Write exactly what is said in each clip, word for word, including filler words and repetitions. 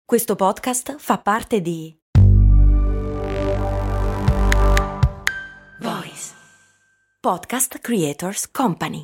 Questo podcast fa parte di Voice Podcast Creators Company.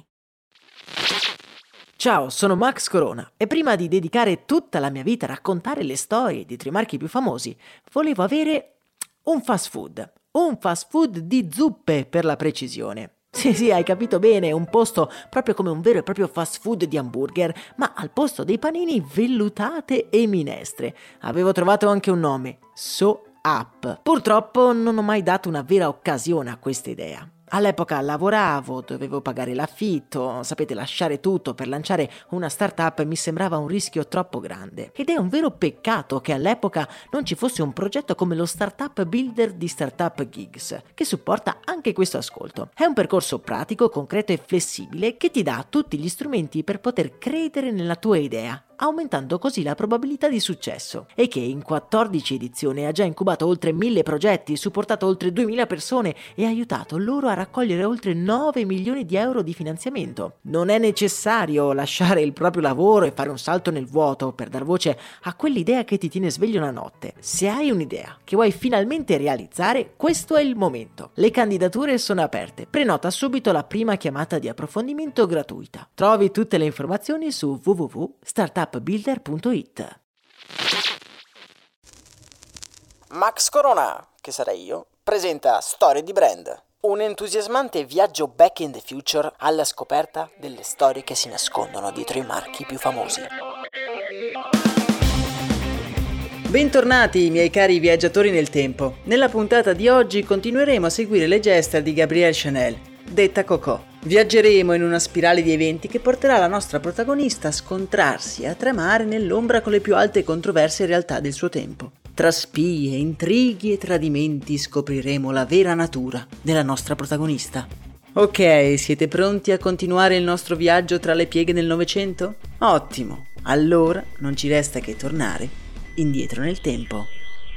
Ciao, sono Max Corona e prima di dedicare tutta la mia vita a raccontare le storie di tre marchi più famosi, volevo avere un fast food, un fast food di zuppe per la precisione. Sì, sì, hai capito bene, un posto proprio come un vero e proprio fast food di hamburger, ma al posto dei panini vellutate e minestre. Avevo trovato anche un nome, So Up. Purtroppo non ho mai dato una vera occasione a questa idea. All'epoca lavoravo, dovevo pagare l'affitto, sapete, lasciare tutto per lanciare una startup mi sembrava un rischio troppo grande. Ed è un vero peccato che all'epoca non ci fosse un progetto come lo Startup Builder di Startup Gigs, che supporta anche questo ascolto. È un percorso pratico, concreto e flessibile che ti dà tutti gli strumenti per poter credere nella tua idea, aumentando così la probabilità di successo, e che in quattordici edizioni ha già incubato oltre mille progetti, supportato oltre duemila persone e aiutato loro a raccogliere oltre nove milioni di euro di finanziamento. Non è necessario lasciare il proprio lavoro e fare un salto nel vuoto per dar voce a quell'idea che ti tiene sveglio la notte. Se hai un'idea che vuoi finalmente realizzare, questo è il momento. Le candidature sono aperte. Prenota subito la prima chiamata di approfondimento gratuita. Trovi tutte le informazioni su w w w punto startup builder punto it. Max Corona, che sarei io, presenta Storie di Brand, un entusiasmante viaggio back in the future alla scoperta delle storie che si nascondono dietro i marchi più famosi. Bentornati miei cari viaggiatori nel tempo. Nella puntata di oggi continueremo a seguire le gesta di Gabrielle Chanel, detta Coco. Viaggeremo in una spirale di eventi che porterà la nostra protagonista a scontrarsi e a tremare nell'ombra con le più alte e controverse realtà del suo tempo. Tra spie, intrighi e tradimenti scopriremo la vera natura della nostra protagonista. Ok, siete pronti a continuare il nostro viaggio tra le pieghe del Novecento? Ottimo, allora non ci resta che tornare indietro nel tempo.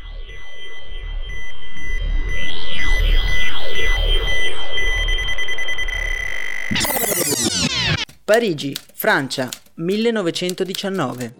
Parigi, Francia, millenovecentodiciannove.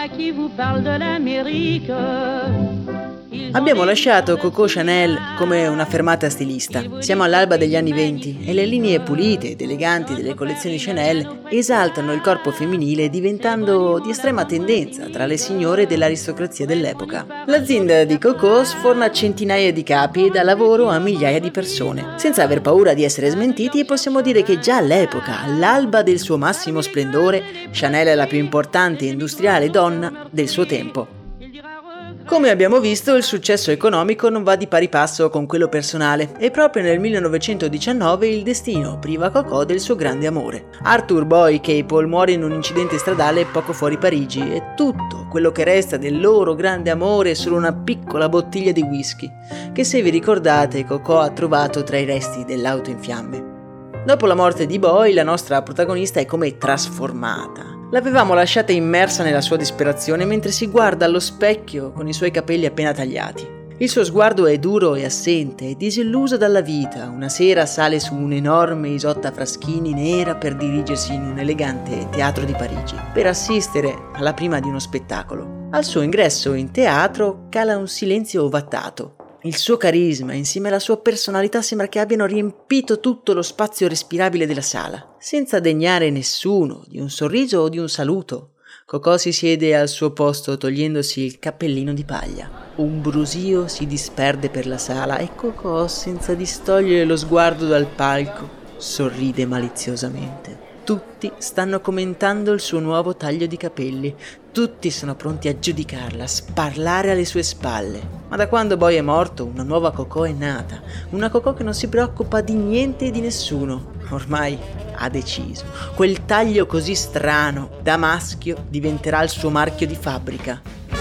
Abbiamo lasciato Coco Chanel come una fermata stilista. Siamo all'alba degli anni venti e le linee pulite ed eleganti delle collezioni Chanel esaltano il corpo femminile diventando di estrema tendenza tra le signore dell'aristocrazia dell'epoca. L'azienda di Coco sforna centinaia di capi e dà lavoro a migliaia di persone. Senza aver paura di essere smentiti, possiamo dire che già all'epoca, all'alba del suo massimo splendore, Chanel è la più importante e industriale donna del suo tempo. Come abbiamo visto, il successo economico non va di pari passo con quello personale e proprio nel millenovecentodiciannove il destino priva Coco del suo grande amore. Arthur Boy Capel muore in un incidente stradale poco fuori Parigi e tutto quello che resta del loro grande amore è solo una piccola bottiglia di whisky che, se vi ricordate, Coco ha trovato tra i resti dell'auto in fiamme. Dopo la morte di Boy, la nostra protagonista è come trasformata. L'avevamo lasciata immersa nella sua disperazione mentre si guarda allo specchio con i suoi capelli appena tagliati. Il suo sguardo è duro e assente e disilluso dalla vita. Una sera sale su un'enorme isotta Fraschini nera per dirigersi in un elegante teatro di Parigi per assistere alla prima di uno spettacolo. Al suo ingresso in teatro cala un silenzio ovattato. Il suo carisma insieme alla sua personalità sembra che abbiano riempito tutto lo spazio respirabile della sala. Senza degnare nessuno di un sorriso o di un saluto, Coco si siede al suo posto togliendosi il cappellino di paglia. Un brusio si disperde per la sala e Coco, senza distogliere lo sguardo dal palco, sorride maliziosamente. Tutti stanno commentando il suo nuovo taglio di capelli. Tutti sono pronti a giudicarla, a sparlare alle sue spalle. Ma da quando Boy è morto, una nuova Coco è nata. Una Coco che non si preoccupa di niente e di nessuno. Ormai ha deciso. Quel taglio così strano, da maschio, diventerà il suo marchio di fabbrica.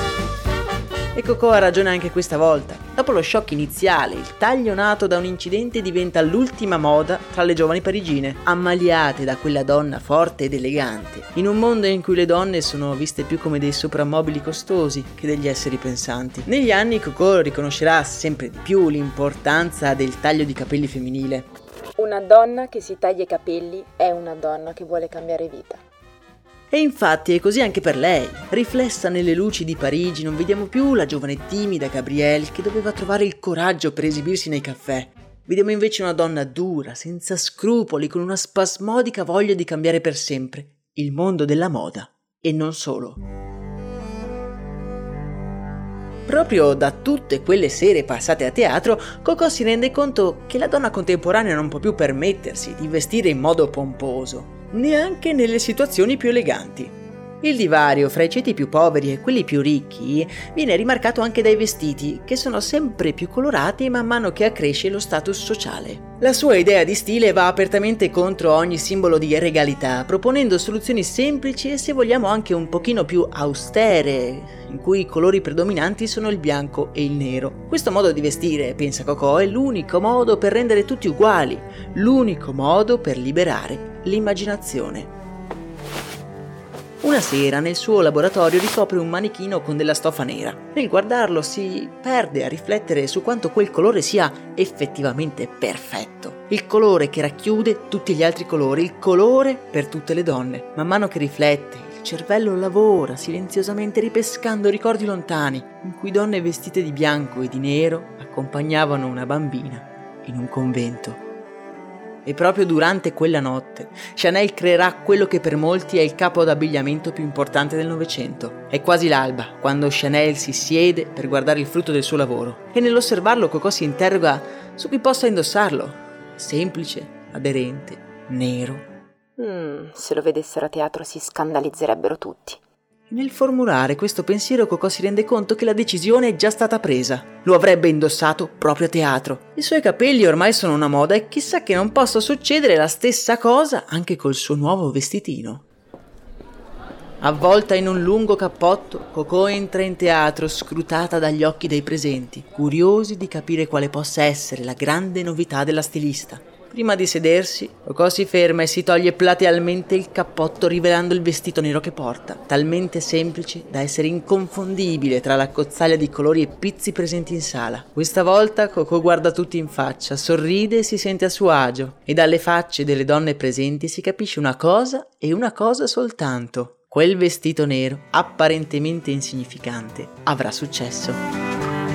E Coco ha ragione anche questa volta. Dopo lo shock iniziale, il taglio nato da un incidente diventa l'ultima moda tra le giovani parigine, ammaliate da quella donna forte ed elegante, in un mondo in cui le donne sono viste più come dei soprammobili costosi che degli esseri pensanti. Negli anni Coco riconoscerà sempre di più l'importanza del taglio di capelli femminile. Una donna che si taglia i capelli è una donna che vuole cambiare vita. E infatti è così anche per lei. Riflessa nelle luci di Parigi non vediamo più la giovane timida Gabrielle che doveva trovare il coraggio per esibirsi nei caffè. Vediamo invece una donna dura, senza scrupoli, con una spasmodica voglia di cambiare per sempre il mondo della moda. E non solo. Proprio da tutte quelle sere passate a teatro, Coco si rende conto che la donna contemporanea non può più permettersi di vestire in modo pomposo, neanche nelle situazioni più eleganti. Il divario fra i ceti più poveri e quelli più ricchi viene rimarcato anche dai vestiti, che sono sempre più colorati man mano che accresce lo status sociale. La sua idea di stile va apertamente contro ogni simbolo di regalità, proponendo soluzioni semplici e, se vogliamo, anche un pochino più austere, in cui i colori predominanti sono il bianco e il nero. Questo modo di vestire, pensa Coco, è l'unico modo per rendere tutti uguali, l'unico modo per liberare l'immaginazione. Una sera nel suo laboratorio ricopre un manichino con della stoffa nera. Nel guardarlo si perde a riflettere su quanto quel colore sia effettivamente perfetto. Il colore che racchiude tutti gli altri colori, il colore per tutte le donne. Man mano che riflette, il cervello lavora silenziosamente ripescando ricordi lontani, in cui donne vestite di bianco e di nero accompagnavano una bambina in un convento. E proprio durante quella notte Chanel creerà quello che per molti è il capo d'abbigliamento più importante del Novecento. È quasi l'alba quando Chanel si siede per guardare il frutto del suo lavoro e nell'osservarlo Coco si interroga su chi possa indossarlo. Semplice, aderente, nero. Mm, se lo vedessero a teatro si scandalizzerebbero tutti. Nel formulare questo pensiero Coco si rende conto che la decisione è già stata presa. Lo avrebbe indossato proprio a teatro. I suoi capelli ormai sono una moda e chissà che non possa succedere la stessa cosa anche col suo nuovo vestitino. Avvolta in un lungo cappotto, Coco entra in teatro scrutata dagli occhi dei presenti, curiosi di capire quale possa essere la grande novità della stilista. Prima di sedersi, Coco si ferma e si toglie platealmente il cappotto rivelando il vestito nero che porta, talmente semplice da essere inconfondibile tra l'accozzaglia di colori e pizzi presenti in sala. Questa volta Coco guarda tutti in faccia, sorride e si sente a suo agio, e dalle facce delle donne presenti si capisce una cosa e una cosa soltanto. Quel vestito nero, apparentemente insignificante, avrà successo.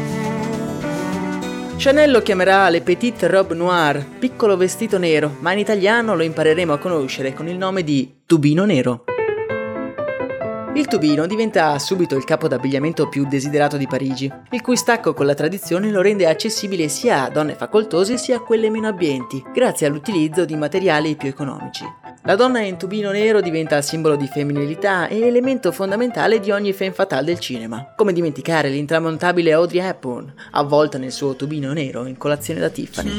Chanel lo chiamerà le petite robe noire, piccolo vestito nero, ma in italiano lo impareremo a conoscere con il nome di tubino nero. Il tubino diventa subito il capo d'abbigliamento più desiderato di Parigi, il cui stacco con la tradizione lo rende accessibile sia a donne facoltose sia a quelle meno abbienti, grazie all'utilizzo di materiali più economici. La donna in tubino nero diventa simbolo di femminilità e elemento fondamentale di ogni femme fatale del cinema. Come dimenticare l'intramontabile Audrey Hepburn, avvolta nel suo tubino nero in Colazione da Tiffany.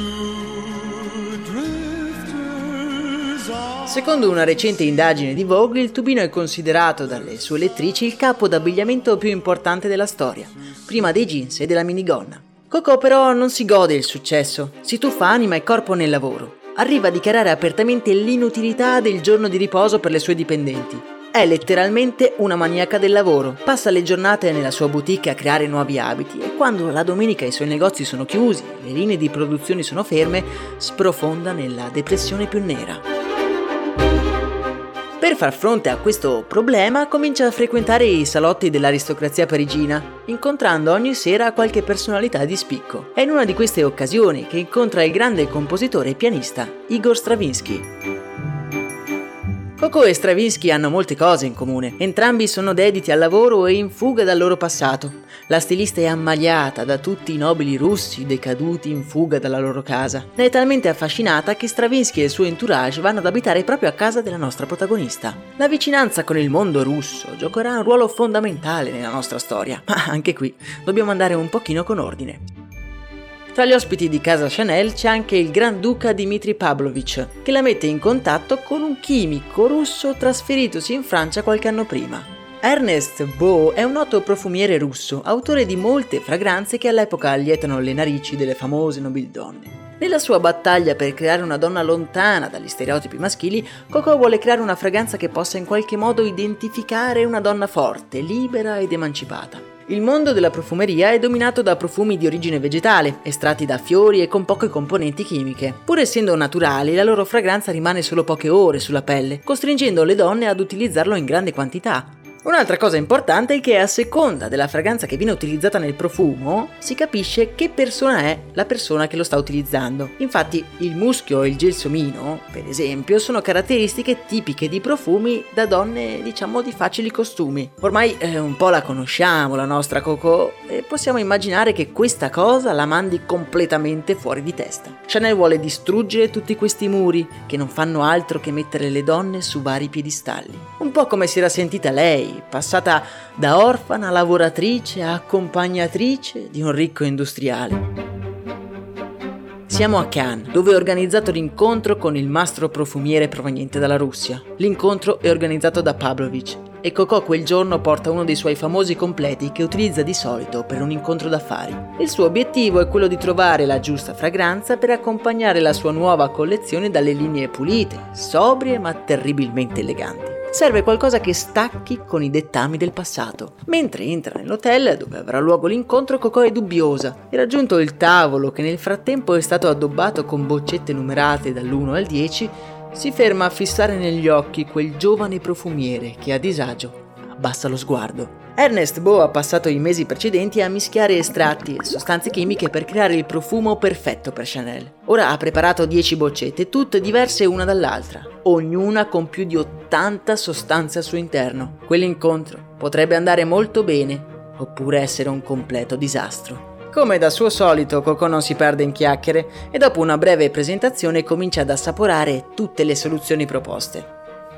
Secondo una recente indagine di Vogue, il tubino è considerato dalle sue lettrici il capo d'abbigliamento più importante della storia, prima dei jeans e della minigonna. Coco però non si gode il successo, si tuffa anima e corpo nel lavoro. Arriva a dichiarare apertamente l'inutilità del giorno di riposo per le sue dipendenti. È letteralmente una maniaca del lavoro. Passa le giornate nella sua boutique a creare nuovi abiti e quando la domenica i suoi negozi sono chiusi e le linee di produzione sono ferme, sprofonda nella depressione più nera. Per far fronte a questo problema comincia a frequentare i salotti dell'aristocrazia parigina, incontrando ogni sera qualche personalità di spicco. È in una di queste occasioni che incontra il grande compositore e pianista Igor Stravinsky. Coco e Stravinsky hanno molte cose in comune. Entrambi sono dediti al lavoro e in fuga dal loro passato. La stilista è ammaliata da tutti i nobili russi decaduti in fuga dalla loro casa. Ne è talmente affascinata che Stravinsky e il suo entourage vanno ad abitare proprio a casa della nostra protagonista. La vicinanza con il mondo russo giocherà un ruolo fondamentale nella nostra storia, ma anche qui dobbiamo andare un pochino con ordine. Tra gli ospiti di casa Chanel c'è anche il Granduca Dmitry Pavlovich, che la mette in contatto con un chimico russo trasferitosi in Francia qualche anno prima. Ernest Beau è un noto profumiere russo, autore di molte fragranze che all'epoca allietano le narici delle famose nobildonne. Nella sua battaglia per creare una donna lontana dagli stereotipi maschili, Coco vuole creare una fragranza che possa in qualche modo identificare una donna forte, libera ed emancipata. Il mondo della profumeria è dominato da profumi di origine vegetale, estratti da fiori e con poche componenti chimiche. Pur essendo naturali, la loro fragranza rimane solo poche ore sulla pelle, costringendo le donne ad utilizzarlo in grande quantità. Un'altra cosa importante è che a seconda della fragranza che viene utilizzata nel profumo si capisce che persona è la persona che lo sta utilizzando. Infatti il muschio e il gelsomino, per esempio, sono caratteristiche tipiche di profumi da donne, diciamo, di facili costumi. Ormai eh, un po' la conosciamo, la nostra Coco, e possiamo immaginare che questa cosa la mandi completamente fuori di testa. Chanel vuole distruggere tutti questi muri che non fanno altro che mettere le donne su vari piedistalli. Un po' come si era sentita lei, passata da orfana lavoratrice a accompagnatrice di un ricco industriale. Siamo a Cannes, dove è organizzato l'incontro con il mastro profumiere proveniente dalla Russia. L'incontro è organizzato da Pavlovich e Coco quel giorno porta uno dei suoi famosi completi che utilizza di solito per un incontro d'affari. Il suo obiettivo è quello di trovare la giusta fragranza per accompagnare la sua nuova collezione dalle linee pulite, sobrie ma terribilmente eleganti. Serve qualcosa che stacchi con i dettami del passato. Mentre entra nell'hotel dove avrà luogo l'incontro, Coco è dubbiosa. E raggiunto il tavolo, che nel frattempo è stato addobbato con boccette numerate dall'uno al dieci, si ferma a fissare negli occhi quel giovane profumiere che a disagio abbassa lo sguardo. Ernest Beau ha passato i mesi precedenti a mischiare estratti e sostanze chimiche per creare il profumo perfetto per Chanel. Ora ha preparato dieci boccette, tutte diverse una dall'altra, ognuna con più di ottanta sostanze al suo interno. Quell'incontro potrebbe andare molto bene, oppure essere un completo disastro. Come da suo solito, Coco non si perde in chiacchiere e dopo una breve presentazione comincia ad assaporare tutte le soluzioni proposte.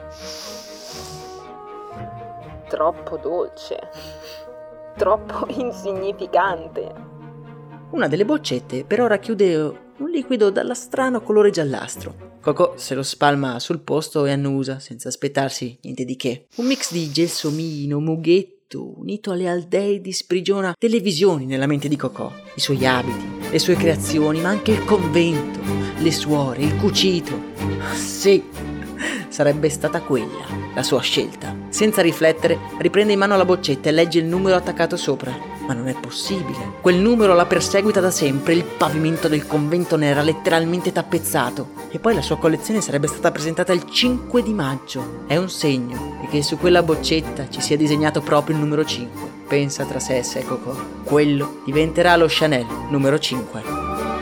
Troppo dolce, troppo insignificante. Una delle boccette però racchiude un liquido dalla strano colore giallastro. Coco se lo spalma sul posto e annusa, senza aspettarsi niente di che. Un mix di gelsomino, mughetto, unito alle aldeidi, sprigiona delle visioni nella mente di Coco. I suoi abiti, le sue creazioni, ma anche il convento, le suore, il cucito. Sì, sarebbe stata quella la sua scelta. Senza riflettere, riprende in mano la boccetta e legge il numero attaccato sopra. Ma non è possibile. Quel numero la perseguita da sempre, il pavimento del convento ne era letteralmente tappezzato. E poi la sua collezione sarebbe stata presentata il cinque di maggio. È un segno, e che su quella boccetta ci sia disegnato proprio il numero cinque. Pensa tra sé e sé Coco. Quello diventerà lo Chanel numero cinque.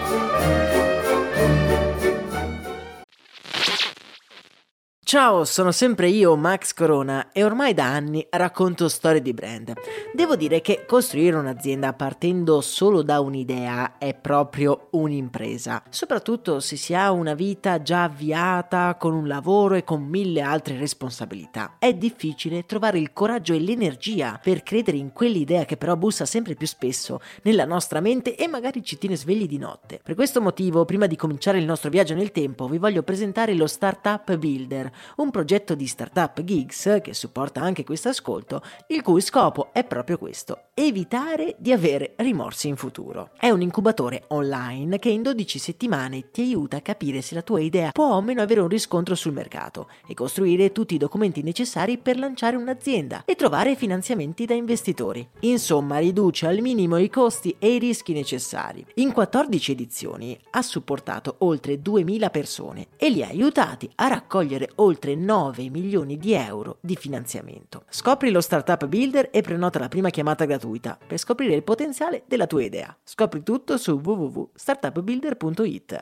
Ciao, sono sempre io, Max Corona, e ormai da anni racconto storie di brand. Devo dire che costruire un'azienda partendo solo da un'idea è proprio un'impresa, soprattutto se si ha una vita già avviata con un lavoro e con mille altre responsabilità. È difficile trovare il coraggio e l'energia per credere in quell'idea che però bussa sempre più spesso nella nostra mente e magari ci tiene svegli di notte. Per questo motivo, prima di cominciare il nostro viaggio nel tempo, vi voglio presentare lo Startup Builder, un progetto di Startup Geeks che supporta anche questo ascolto, il cui scopo è proprio questo: evitare di avere rimorsi in futuro. È un incubatore online che in dodici settimane ti aiuta a capire se la tua idea può o meno avere un riscontro sul mercato e costruire tutti i documenti necessari per lanciare un'azienda e trovare finanziamenti da investitori. Insomma, riduce al minimo i costi e i rischi necessari. In quattordici edizioni ha supportato oltre duemila persone e li ha aiutati a raccogliere oltre nove milioni di euro di finanziamento. Scopri lo Startup Builder e prenota la prima chiamata gratuita per scoprire il potenziale della tua idea. Scopri tutto su w w w punto startup builder punto i t.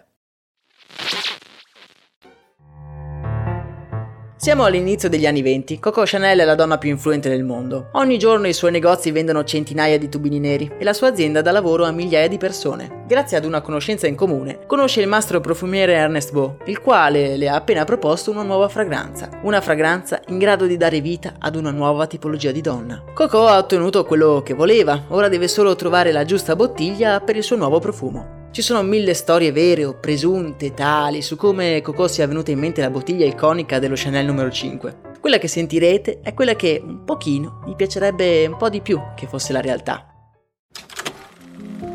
Siamo all'inizio degli anni venti. Coco Chanel è la donna più influente del mondo. Ogni giorno i suoi negozi vendono centinaia di tubini neri e la sua azienda dà lavoro a migliaia di persone. Grazie ad una conoscenza in comune, conosce il mastro profumiere Ernest Beau, il quale le ha appena proposto una nuova fragranza. Una fragranza in grado di dare vita ad una nuova tipologia di donna. Coco ha ottenuto quello che voleva, ora deve solo trovare la giusta bottiglia per il suo nuovo profumo. Ci sono mille storie vere o presunte tali su come Coco sia venuta in mente la bottiglia iconica dello Chanel numero cinque. Quella che sentirete è quella che un pochino gli piacerebbe un po' di più che fosse la realtà.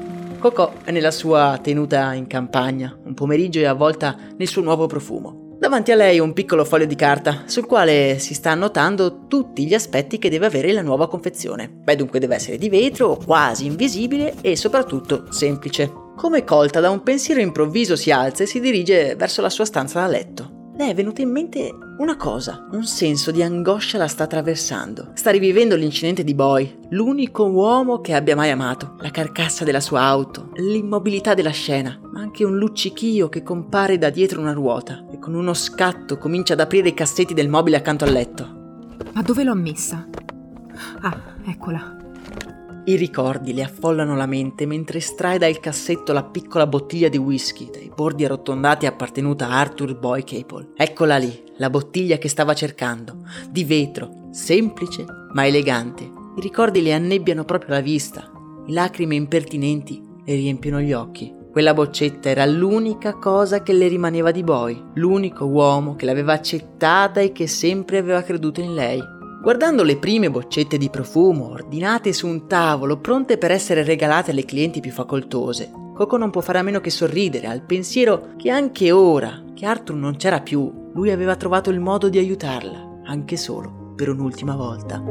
Coco è nella sua tenuta in campagna, un pomeriggio è avvolta nel suo nuovo profumo. Davanti a lei un piccolo foglio di carta, sul quale si sta annotando tutti gli aspetti che deve avere la nuova confezione. Beh, dunque deve essere di vetro, quasi invisibile e soprattutto semplice. Come colta da un pensiero improvviso si alza e si dirige verso la sua stanza da letto. Le è venuta in mente una cosa, un senso di angoscia la sta attraversando. Sta rivivendo l'incidente di Boy, l'unico uomo che abbia mai amato, la carcassa della sua auto, l'immobilità della scena, ma anche un luccichio che compare da dietro una ruota e con uno scatto comincia ad aprire i cassetti del mobile accanto al letto. Ma dove l'ho messa? Ah, eccola. I ricordi le affollano la mente mentre estrae dal cassetto la piccola bottiglia di whisky dai bordi arrotondati appartenuta a Arthur Boy Capel. Eccola lì, la bottiglia che stava cercando, di vetro, semplice ma elegante. I ricordi le annebbiano proprio la vista, le lacrime impertinenti le riempiono gli occhi. Quella boccetta era l'unica cosa che le rimaneva di Boy, l'unico uomo che l'aveva accettata e che sempre aveva creduto in lei. Guardando le prime boccette di profumo ordinate su un tavolo pronte per essere regalate alle clienti più facoltose, Coco non può fare a meno che sorridere al pensiero che anche ora che Arthur non c'era più, lui aveva trovato il modo di aiutarla, anche solo per un'ultima volta.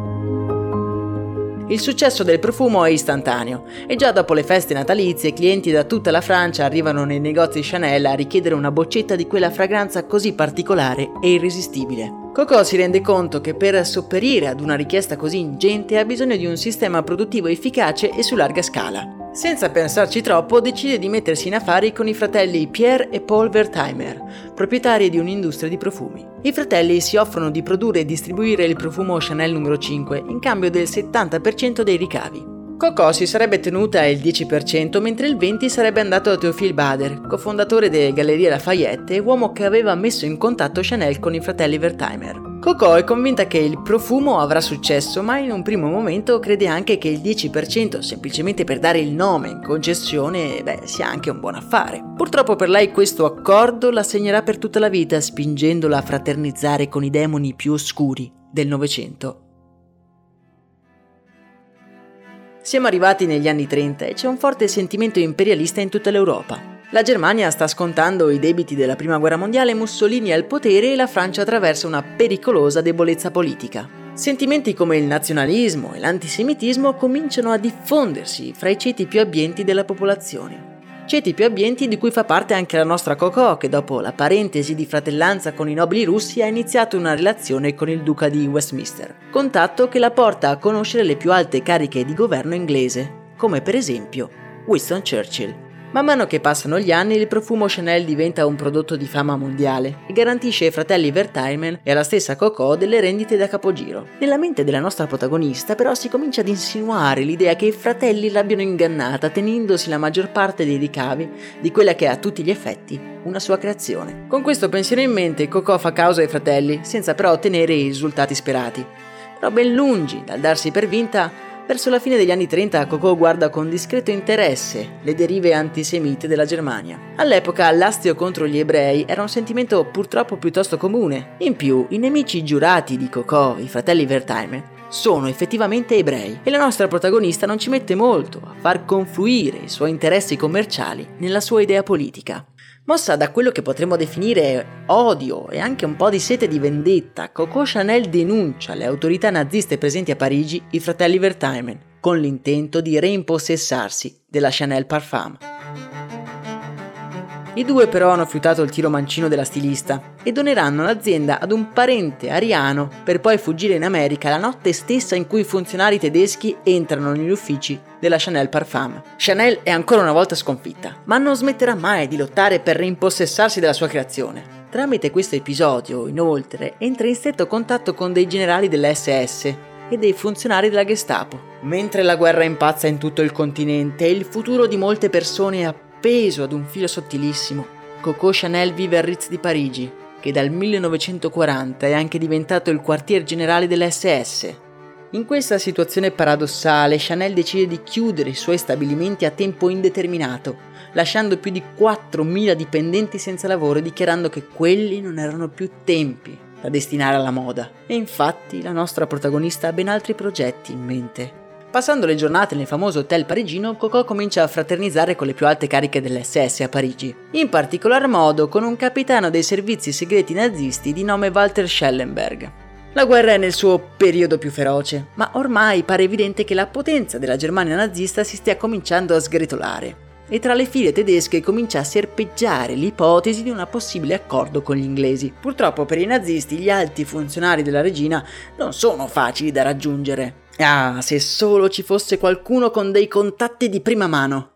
Il successo del profumo è istantaneo e già dopo le feste natalizie clienti da tutta la Francia arrivano nei negozi Chanel a richiedere una boccetta di quella fragranza così particolare e irresistibile. Coco si rende conto che per sopperire ad una richiesta così ingente ha bisogno di un sistema produttivo efficace e su larga scala. Senza pensarci troppo decide di mettersi in affari con i fratelli Pierre e Paul Wertheimer, proprietari di un'industria di profumi. I fratelli si offrono di produrre e distribuire il profumo Chanel numero cinque in cambio del settanta per cento dei ricavi. Coco si sarebbe tenuta il dieci per cento mentre il venti per cento sarebbe andato a Théophile Bader, cofondatore delle Gallerie Lafayette e uomo che aveva messo in contatto Chanel con i fratelli Wertheimer. Coco è convinta che il profumo avrà successo, ma in un primo momento crede anche che il dieci per cento, semplicemente per dare il nome in concessione, beh, sia anche un buon affare. Purtroppo per lei questo accordo la segnerà per tutta la vita, spingendola a fraternizzare con i demoni più oscuri del Novecento. Siamo arrivati negli anni trenta e c'è un forte sentimento imperialista in tutta l'Europa. La Germania sta scontando i debiti della Prima Guerra Mondiale, Mussolini è al potere e la Francia attraversa una pericolosa debolezza politica. Sentimenti come il nazionalismo e l'antisemitismo cominciano a diffondersi fra i ceti più abbienti della popolazione. Ceti più abbienti di cui fa parte anche la nostra Coco, che dopo la parentesi di fratellanza con i nobili russi ha iniziato una relazione con il duca di Westminster, contatto che la porta a conoscere le più alte cariche di governo inglese, come per esempio Winston Churchill. Man mano che passano gli anni il profumo Chanel diventa un prodotto di fama mondiale e garantisce ai fratelli Wertheimer e alla stessa Coco delle rendite da capogiro. Nella mente della nostra protagonista però si comincia ad insinuare l'idea che i fratelli l'abbiano ingannata tenendosi la maggior parte dei ricavi di quella che è a tutti gli effetti una sua creazione. Con questo pensiero in mente Coco fa causa ai fratelli senza però ottenere i risultati sperati. Però ben lungi dal darsi per vinta, verso la fine degli anni trenta Coco guarda con discreto interesse le derive antisemite della Germania. All'epoca l'astio contro gli ebrei era un sentimento purtroppo piuttosto comune. In più, i nemici giurati di Coco, i fratelli Wertheimer, sono effettivamente ebrei e la nostra protagonista non ci mette molto a far confluire i suoi interessi commerciali nella sua idea politica. Mossa da quello che potremmo definire odio e anche un po' di sete di vendetta, Coco Chanel denuncia le autorità naziste presenti a Parigi i fratelli Wertheimer con l'intento di reimpossessarsi della Chanel Parfum. I due però hanno fiutato il tiro mancino della stilista e doneranno l'azienda ad un parente ariano per poi fuggire in America la notte stessa in cui i funzionari tedeschi entrano negli uffici della Chanel Parfum. Chanel è ancora una volta sconfitta, ma non smetterà mai di lottare per reimpossessarsi della sua creazione. Tramite questo episodio, inoltre, entra in stretto contatto con dei generali dell'esse esse e dei funzionari della Gestapo. Mentre la guerra impazza in tutto il continente e il futuro di molte persone è appeso ad un filo sottilissimo, Coco Chanel vive a Ritz di Parigi, che dal millenovecentoquaranta è anche diventato il quartier generale dell'esse esse. In questa situazione paradossale, Chanel decide di chiudere i suoi stabilimenti a tempo indeterminato, lasciando più di quattromila dipendenti senza lavoro e dichiarando che quelli non erano più tempi da destinare alla moda. E infatti la nostra protagonista ha ben altri progetti in mente. Passando le giornate nel famoso hotel parigino, Coco comincia a fraternizzare con le più alte cariche dell'esse esse a Parigi, in particolar modo con un capitano dei servizi segreti nazisti di nome Walter Schellenberg. La guerra è nel suo periodo più feroce, ma ormai pare evidente che la potenza della Germania nazista si stia cominciando a sgretolare, e tra le file tedesche comincia a serpeggiare l'ipotesi di un possibile accordo con gli inglesi. Purtroppo per i nazisti gli alti funzionari della regina non sono facili da raggiungere. Ah, se solo ci fosse qualcuno con dei contatti di prima mano.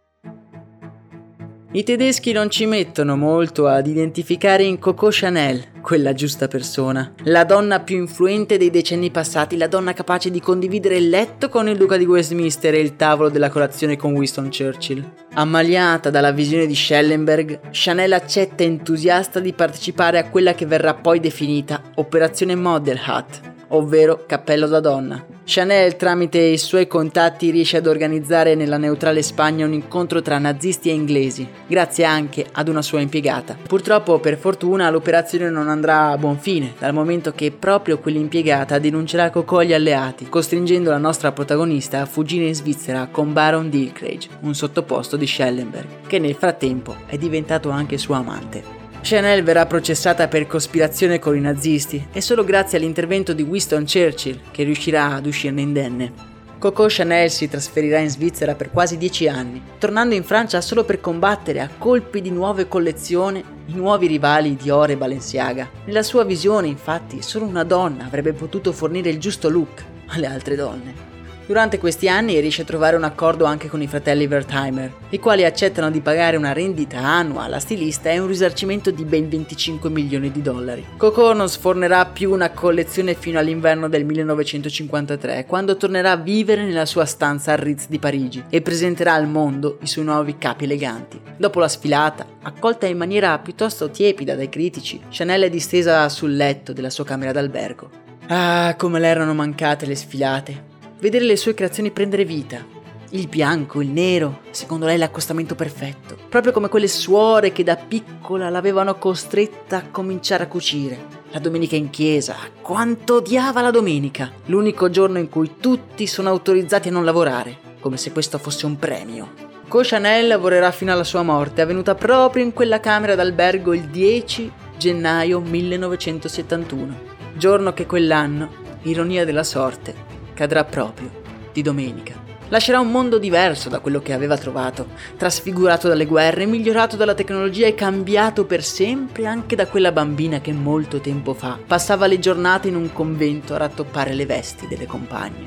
I tedeschi non ci mettono molto ad identificare in Coco Chanel quella giusta persona, la donna più influente dei decenni passati, la donna capace di condividere il letto con il duca di Westminster e il tavolo della colazione con Winston Churchill. Ammaliata dalla visione di Schellenberg, Chanel accetta entusiasta di partecipare a quella che verrà poi definita Operazione Model Hat, ovvero cappello da donna. Chanel, tramite i suoi contatti, riesce ad organizzare nella neutrale Spagna un incontro tra nazisti e inglesi, grazie anche ad una sua impiegata. Purtroppo, per fortuna, l'operazione non andrà a buon fine, dal momento che proprio quell'impiegata denuncerà Coco agli alleati, costringendo la nostra protagonista a fuggire in Svizzera con Baron Dilkrage, un sottoposto di Schellenberg, che nel frattempo è diventato anche suo amante. Chanel verrà processata per cospirazione con i nazisti e solo grazie all'intervento di Winston Churchill che riuscirà ad uscirne indenne. Coco Chanel si trasferirà in Svizzera per quasi dieci anni, tornando in Francia solo per combattere a colpi di nuove collezioni i nuovi rivali Dior e Balenciaga. Nella sua visione, infatti, solo una donna avrebbe potuto fornire il giusto look alle altre donne. Durante questi anni riesce a trovare un accordo anche con i fratelli Wertheimer, i quali accettano di pagare una rendita annua alla stilista e un risarcimento di ben venticinque milioni di dollari. Coco non sfornerà più una collezione fino all'inverno del millenovecentocinquantatré, quando tornerà a vivere nella sua stanza al Ritz di Parigi e presenterà al mondo i suoi nuovi capi eleganti. Dopo la sfilata, accolta in maniera piuttosto tiepida dai critici, Chanel è distesa sul letto della sua camera d'albergo. Ah, come le erano mancate le sfilate! Vedere le sue creazioni prendere vita. Il bianco, il nero, secondo lei l'accostamento perfetto. Proprio come quelle suore che da piccola l'avevano costretta a cominciare a cucire. La domenica in chiesa, quanto odiava la domenica. L'unico giorno in cui tutti sono autorizzati a non lavorare, come se questo fosse un premio. Coco Chanel lavorerà fino alla sua morte, avvenuta proprio in quella camera d'albergo il dieci gennaio millenovecentosettantuno. Giorno che quell'anno, ironia della sorte, cadrà proprio di domenica. Lascerà un mondo diverso da quello che aveva trovato, trasfigurato dalle guerre, migliorato dalla tecnologia e cambiato per sempre anche da quella bambina che molto tempo fa passava le giornate in un convento a rattoppare le vesti delle compagne.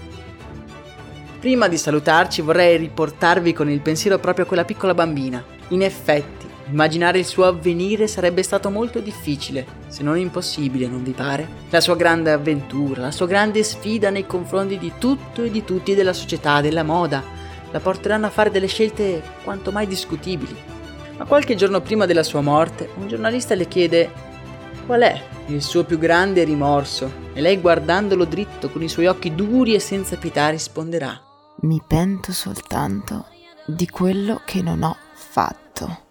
Prima di salutarci vorrei riportarvi con il pensiero proprio a quella piccola bambina. In effetti, immaginare il suo avvenire sarebbe stato molto difficile, se non impossibile, non vi pare? La sua grande avventura, la sua grande sfida nei confronti di tutto e di tutti della società, della moda, la porteranno a fare delle scelte quanto mai discutibili. Ma qualche giorno prima della sua morte, un giornalista le chiede qual è il suo più grande rimorso e lei, guardandolo dritto con i suoi occhi duri e senza pietà, risponderà: mi pento soltanto di quello che non ho fatto.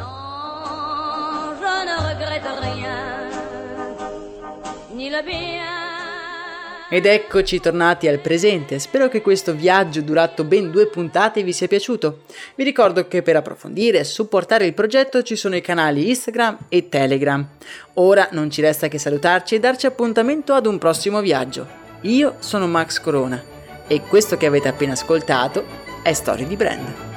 Ed eccoci tornati al presente. Spero che questo viaggio durato ben due puntate vi sia piaciuto. Vi ricordo che per approfondire e supportare il progetto ci sono i canali Instagram e Telegram. Ora non ci resta che salutarci e darci appuntamento ad un prossimo viaggio. Io sono Max Corona e questo che avete appena ascoltato è Storie di Brand.